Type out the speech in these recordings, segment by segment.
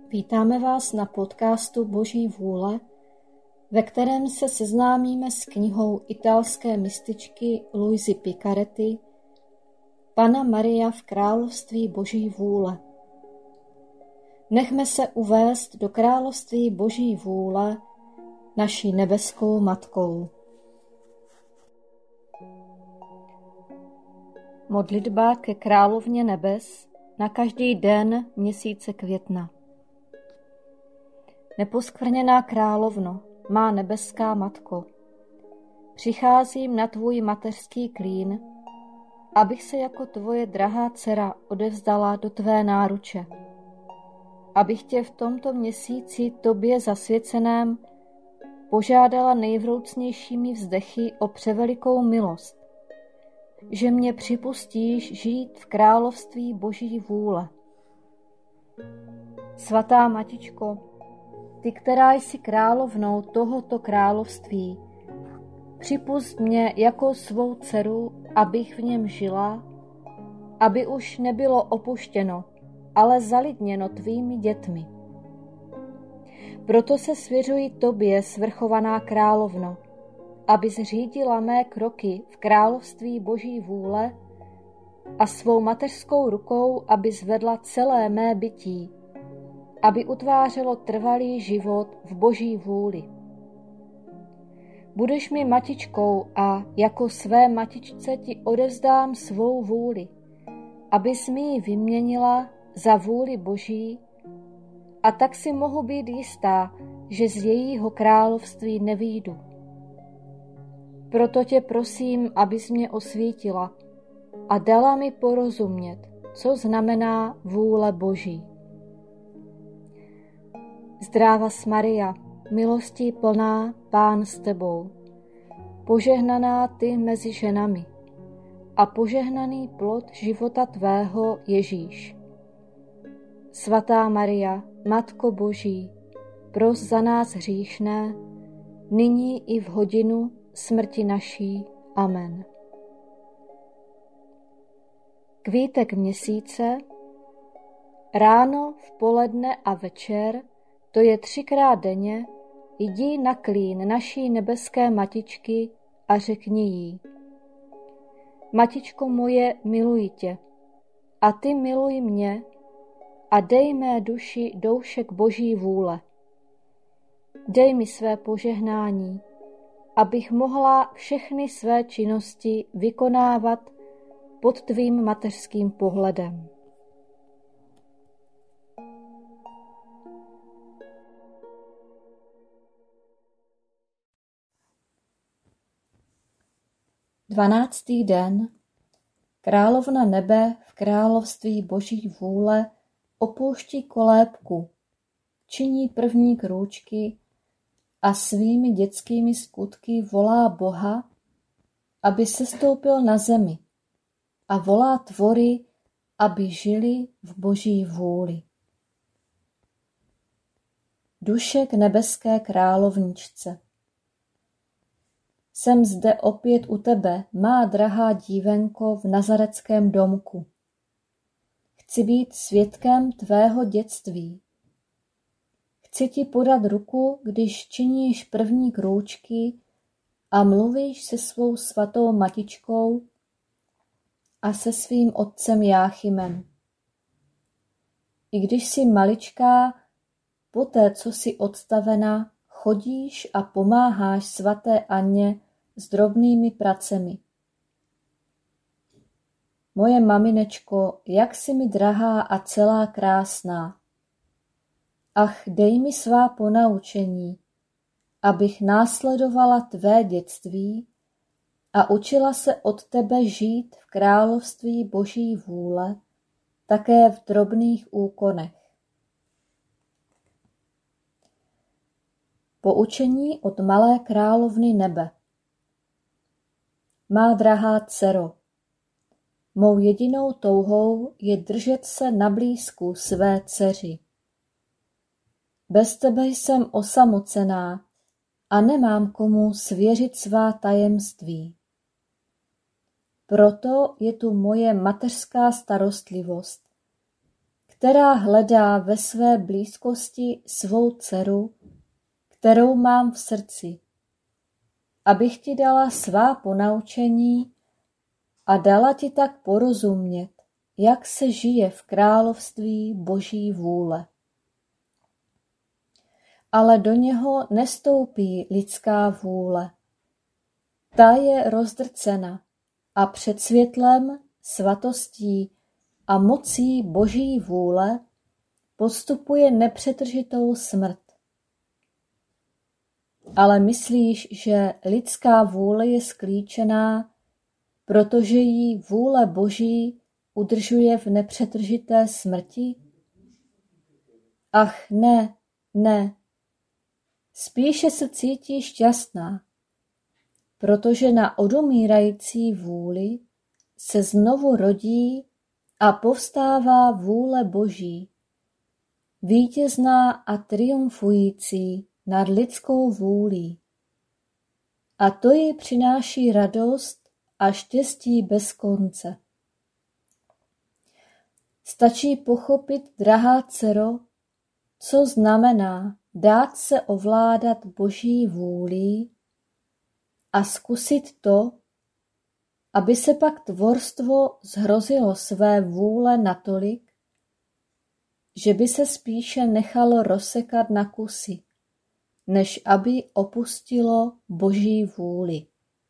Vítáme vás na podcastu Boží vůle, ve kterém se seznámíme s knihou italské mističky Luisy Picaretti Panna Maria v království Boží vůle. Nechme se uvést do království Boží vůle naší nebeskou matkou. Modlitba ke královně nebes na každý den měsíce května. Neposkvrněná královno, má nebeská matko, přicházím na tvůj mateřský klín, abych se jako tvoje drahá dcera odevzdala do tvé náruče, abych tě v tomto měsíci tobě zasvěceném požádala nejvroucnějšími vzdechy o převelikou milost, že mě připustíš žít v království Boží vůle. Svatá Matičko, ty, která jsi královnou tohoto království, připusť mě jako svou dceru, abych v něm žila, aby už nebylo opuštěno, ale zalidněno tvými dětmi. Proto se svěřuji tobě, svrchovaná královno, abys řídila mé kroky v království Boží vůle a svou mateřskou rukou abys vedla celé mé bytí, aby utvářelo trvalý život v Boží vůli. Budeš mi matičkou a jako své matičce ti odevzdám svou vůli, abys mi ji vyměnila za vůli Boží, a tak si mohu být jistá, že z jejího království nevyjdu. Proto tě prosím, abys mě osvítila a dala mi porozumět, co znamená vůle Boží. Zdrávas Maria, milostí plná, Pán s tebou, požehnaná ty mezi ženami a požehnaný plod života tvého Ježíš. Svatá Maria, Matko Boží, pros za nás hříšné, nyní i v hodinu smrti naší. Amen. Kvítek měsíce, ráno, v poledne a večer, to je 3krát denně, jdi na klín naší nebeské matičky a řekni jí: Matičko moje, miluji tě, a ty miluj mě, a dej mé duši doušek Boží vůle. Dej mi své požehnání, abych mohla všechny své činnosti vykonávat pod tvým mateřským pohledem. Dvanáctý den. Královna nebe v království Boží vůle opouští kolébku, činí první krůčky a svými dětskými skutky volá Boha, aby sestoupil na zemi, a volá tvory, aby žili v Boží vůli. Duše k nebeské královničce. Jsem zde opět u tebe, má drahá dívenko v nazareckém domku. Chci být svědkem tvého dětství. Chci ti podat ruku, když činíš první krůčky a mluvíš se svou svatou matičkou a se svým otcem Jáchymem. I když jsi maličká, poté, co jsi odstavena, chodíš a pomáháš svaté Anně s drobnými pracemi. Moje maminečko, jak jsi mi drahá a celá krásná. Ach, dej mi svá ponaučení, abych následovala tvé dětství a učila se od tebe žít v království Boží vůle, také v drobných úkonech. Poučení od malé královny nebe. Má drahá dcero, mou jedinou touhou je držet se nablízku své dceři. Bez tebe jsem osamocená a nemám komu svěřit svá tajemství. Proto je tu moje mateřská starostlivost, která hledá ve své blízkosti svou dceru, kterou mám v srdci, abych ti dala svá ponaučení a dala ti tak porozumět, jak se žije v království Boží vůle. Ale do něho nestoupí lidská vůle. Ta je rozdrcena a před světlem, svatostí a mocí Boží vůle podstupuje nepřetržitou smrt. Ale myslíš, že lidská vůle je sklíčená, protože jí vůle Boží udržuje v nepřetržité smrti? Ach ne, ne. Spíše se cítí šťastná, protože na odumírající vůli se znovu rodí a povstává vůle Boží, vítězná a triumfující nad lidskou vůlí. A to jí přináší radost a štěstí bez konce. Stačí pochopit, drahá dcero, co znamená dát se ovládat Boží vůlí a zkusit to, aby se pak tvorstvo zhrozilo své vůle natolik, že by se spíše nechalo rozsekat na kusy, než aby opustilo Boží vůli.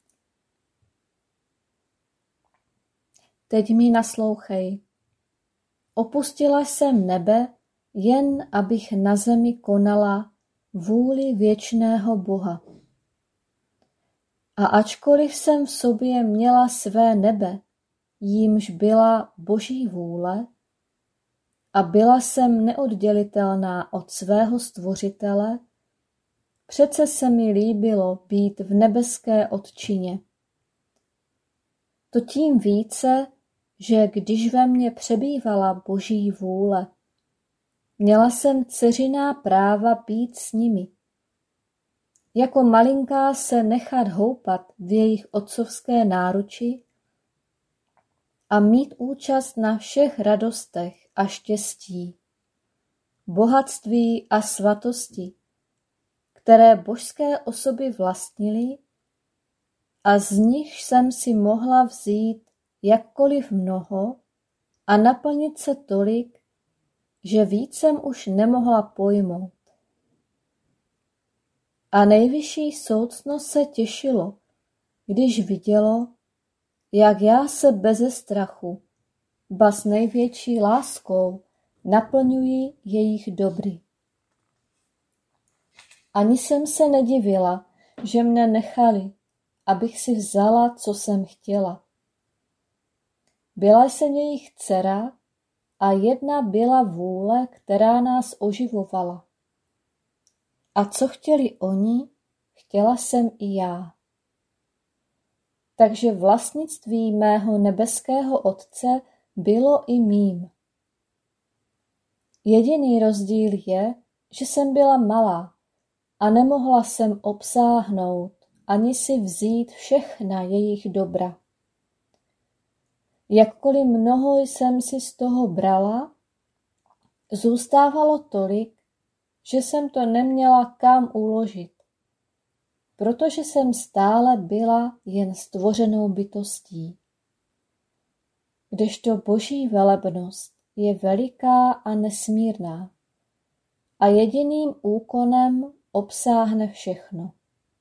Teď mi naslouchej. Opustila jsem nebe, jen abych na zemi konala vůli věčného Boha. A ačkoliv jsem v sobě měla své nebe, jímž byla Boží vůle, a byla jsem neoddělitelná od svého Stvořitele, přece se mi líbilo být v nebeské otčině. To tím více, že když ve mně přebývala Boží vůle, měla jsem dceřiná práva být s nimi. Jako malinká se nechat houpat v jejich otcovské náruči a mít účast na všech radostech a štěstí, bohatství a svatosti, které božské osoby vlastnily a z nich jsem si mohla vzít jakkoliv mnoho a naplnit se tolik, že víc jsem už nemohla pojmout. A nejvyšší soucno se těšilo, když vidělo, jak já se beze strachu, ba s největší láskou naplňuji jejich dobry. Ani jsem se nedivila, že mne nechali, abych si vzala, co jsem chtěla. Byla jsem jejich dcera a jedna byla vůle, která nás oživovala. A co chtěli oni, chtěla jsem i já. Takže vlastnictví mého nebeského Otce bylo i mým. Jediný rozdíl je, že jsem byla malá a nemohla jsem obsáhnout ani si vzít všechna jejich dobra. Jakkoliv mnoho jsem si z toho brala, zůstávalo tolik, že jsem to neměla kam uložit, protože jsem stále byla jen stvořenou bytostí. Kdežto Boží velebnost je veliká a nesmírná a jediným úkonem obsáhne všechno.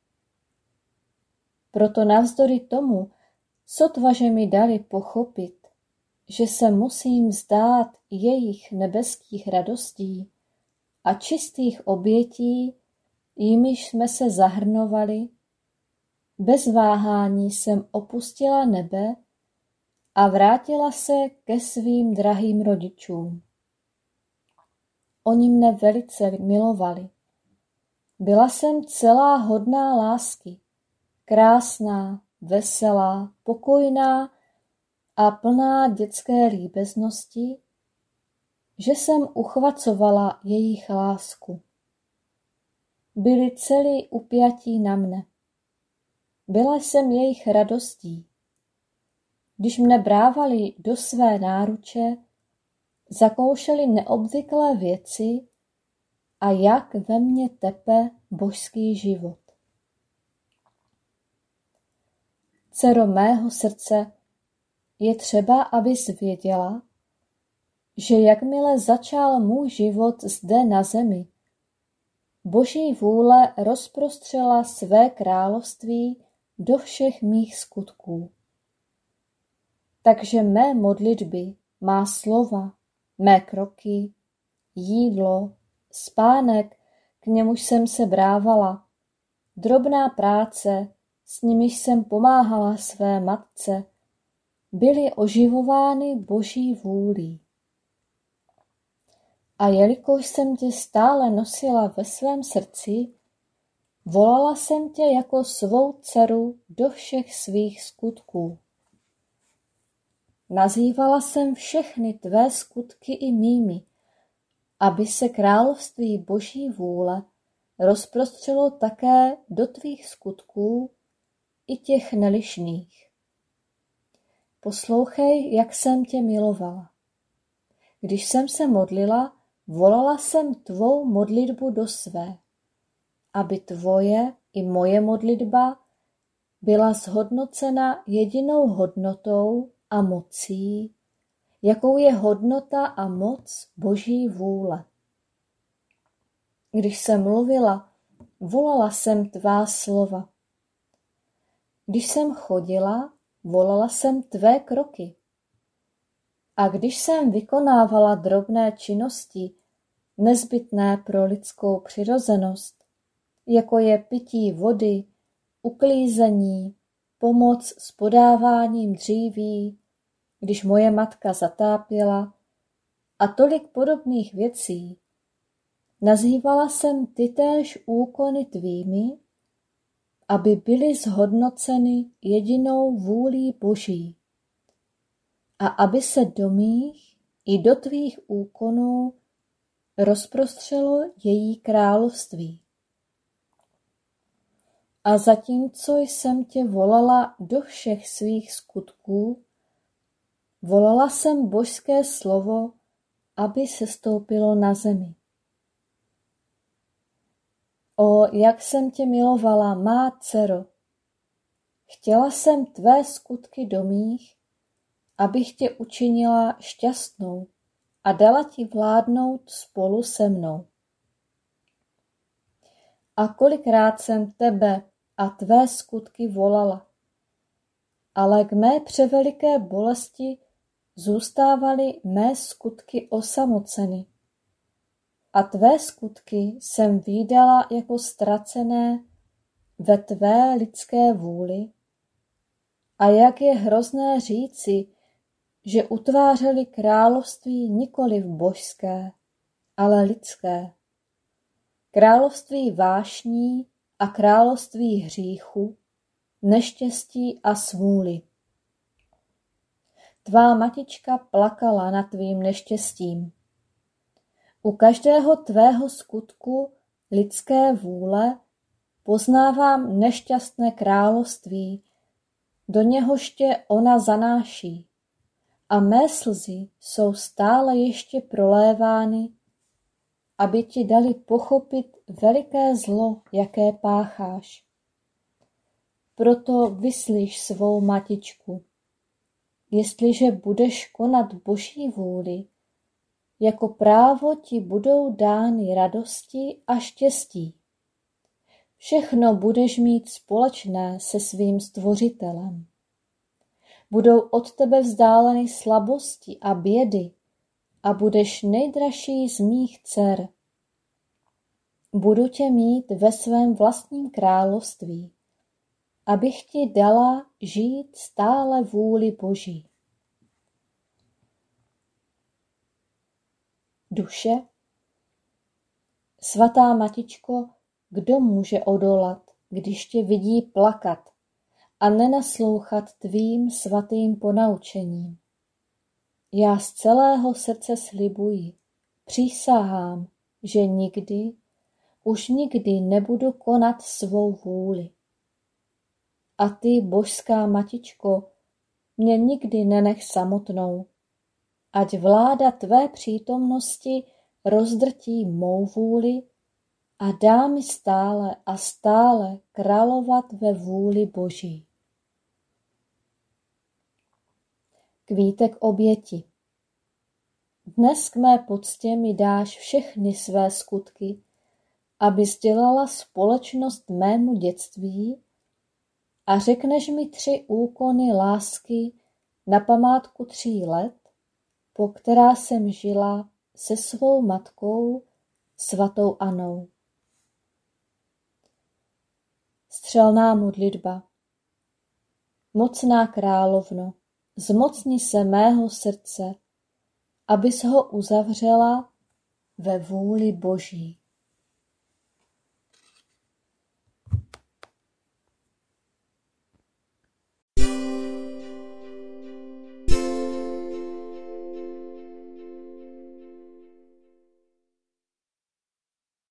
Proto navzdory tomu, sotva že mi dali pochopit, že se musím vzdát jejich nebeských radostí a čistých obětí, jimiž jsme se zahrnovali, bez váhání jsem opustila nebe a vrátila se ke svým drahým rodičům. Oni mne velice milovali. Byla jsem celá hodná lásky, krásná, veselá, pokojná a plná dětské líbeznosti, že jsem uchvacovala jejich lásku. Byli celí upjatí na mne. Byla jsem jejich radostí. Když mne brávali do své náruče, zakoušeli neobvyklé věci a jak ve mně tepe božský život. Dcero mého srdce, je třeba, abys věděla, že jakmile začal můj život zde na zemi, Boží vůle rozprostřela své království do všech mých skutků. Takže mé modlitby, má slova, mé kroky, jídlo, spánek, k němuž jsem se brávala, drobná práce, s nimiž jsem pomáhala své matce, byly oživovány Boží vůlí. A jelikož jsem tě stále nosila ve svém srdci, volala jsem tě jako svou dceru do všech svých skutků. Nazývala jsem všechny tvé skutky i mými, aby se království Boží vůle rozprostřelo také do tvých skutků i těch nelišných. Poslouchej, jak jsem tě milovala. Když jsem se modlila, volala jsem tvou modlitbu do své, aby tvoje i moje modlitba byla zhodnocena jedinou hodnotou a mocí, jakou je hodnota a moc Boží vůle. Když jsem mluvila, volala jsem tvá slova. Když jsem chodila, volala jsem tvé kroky. A když jsem vykonávala drobné činnosti, nezbytné pro lidskou přirozenost, jako je pití vody, uklízení, pomoc s podáváním dříví, když moje matka zatápěla a tolik podobných věcí, nazývala jsem tytéž úkony tvými, aby byly zhodnoceny jedinou vůlí Boží a aby se do mých i do tvých úkonů rozprostřelo její království. A zatímco jsem tě volala do všech svých skutků, volala jsem božské slovo, aby sestoupilo na zemi. O, jak jsem tě milovala, má dcero! Chtěla jsem tvé skutky do mých, abych tě učinila šťastnou a dala ti vládnout spolu se mnou. A kolikrát jsem tebe a tvé skutky volala, ale k mé převeliké bolesti zůstávaly mé skutky osamoceny. A tvé skutky jsem vídala jako ztracené ve tvé lidské vůli. A jak je hrozné říci, že utvářeli království nikoliv božské, ale lidské. Království vášní a království hříchu, neštěstí a smůly. Tvá matička plakala nad tvým neštěstím. U každého tvého skutku lidské vůle poznávám nešťastné království, do něhož tě ona zanáší, a mé slzy jsou stále ještě prolévány, aby ti dali pochopit veliké zlo, jaké pácháš. Proto vyslyš svou matičku. Jestliže budeš konat Boží vůli, jako právo ti budou dány radosti a štěstí. Všechno budeš mít společné se svým Stvořitelem. Budou od tebe vzdáleny slabosti a bědy a budeš nejdražší z mých dcer. Budu tě mít ve svém vlastním království, abych ti dala žít stále vůli Boží. Duše, svatá matičko, kdo může odolat, když tě vidí plakat a nenaslouchat tvým svatým ponaučením? Já z celého srdce slibuji, přísahám, že nikdy, už nikdy nebudu konat svou vůli. A ty, božská matičko, mě nikdy nenech samotnou. ať vláda tvé přítomnosti rozdrtí mou vůli a dá mi stále a stále královat ve vůli Boží. Kvítek oběti. Dnes k mé poctě mi dáš všechny své skutky, aby sdělala společnost mému dětství a řekneš mi 3 úkony lásky na památku 3 let, po která jsem žila se svou matkou, svatou Annou. Střelná modlitba. Mocná královno, zmocni se mého srdce, abys ho uzavřela ve vůli Boží.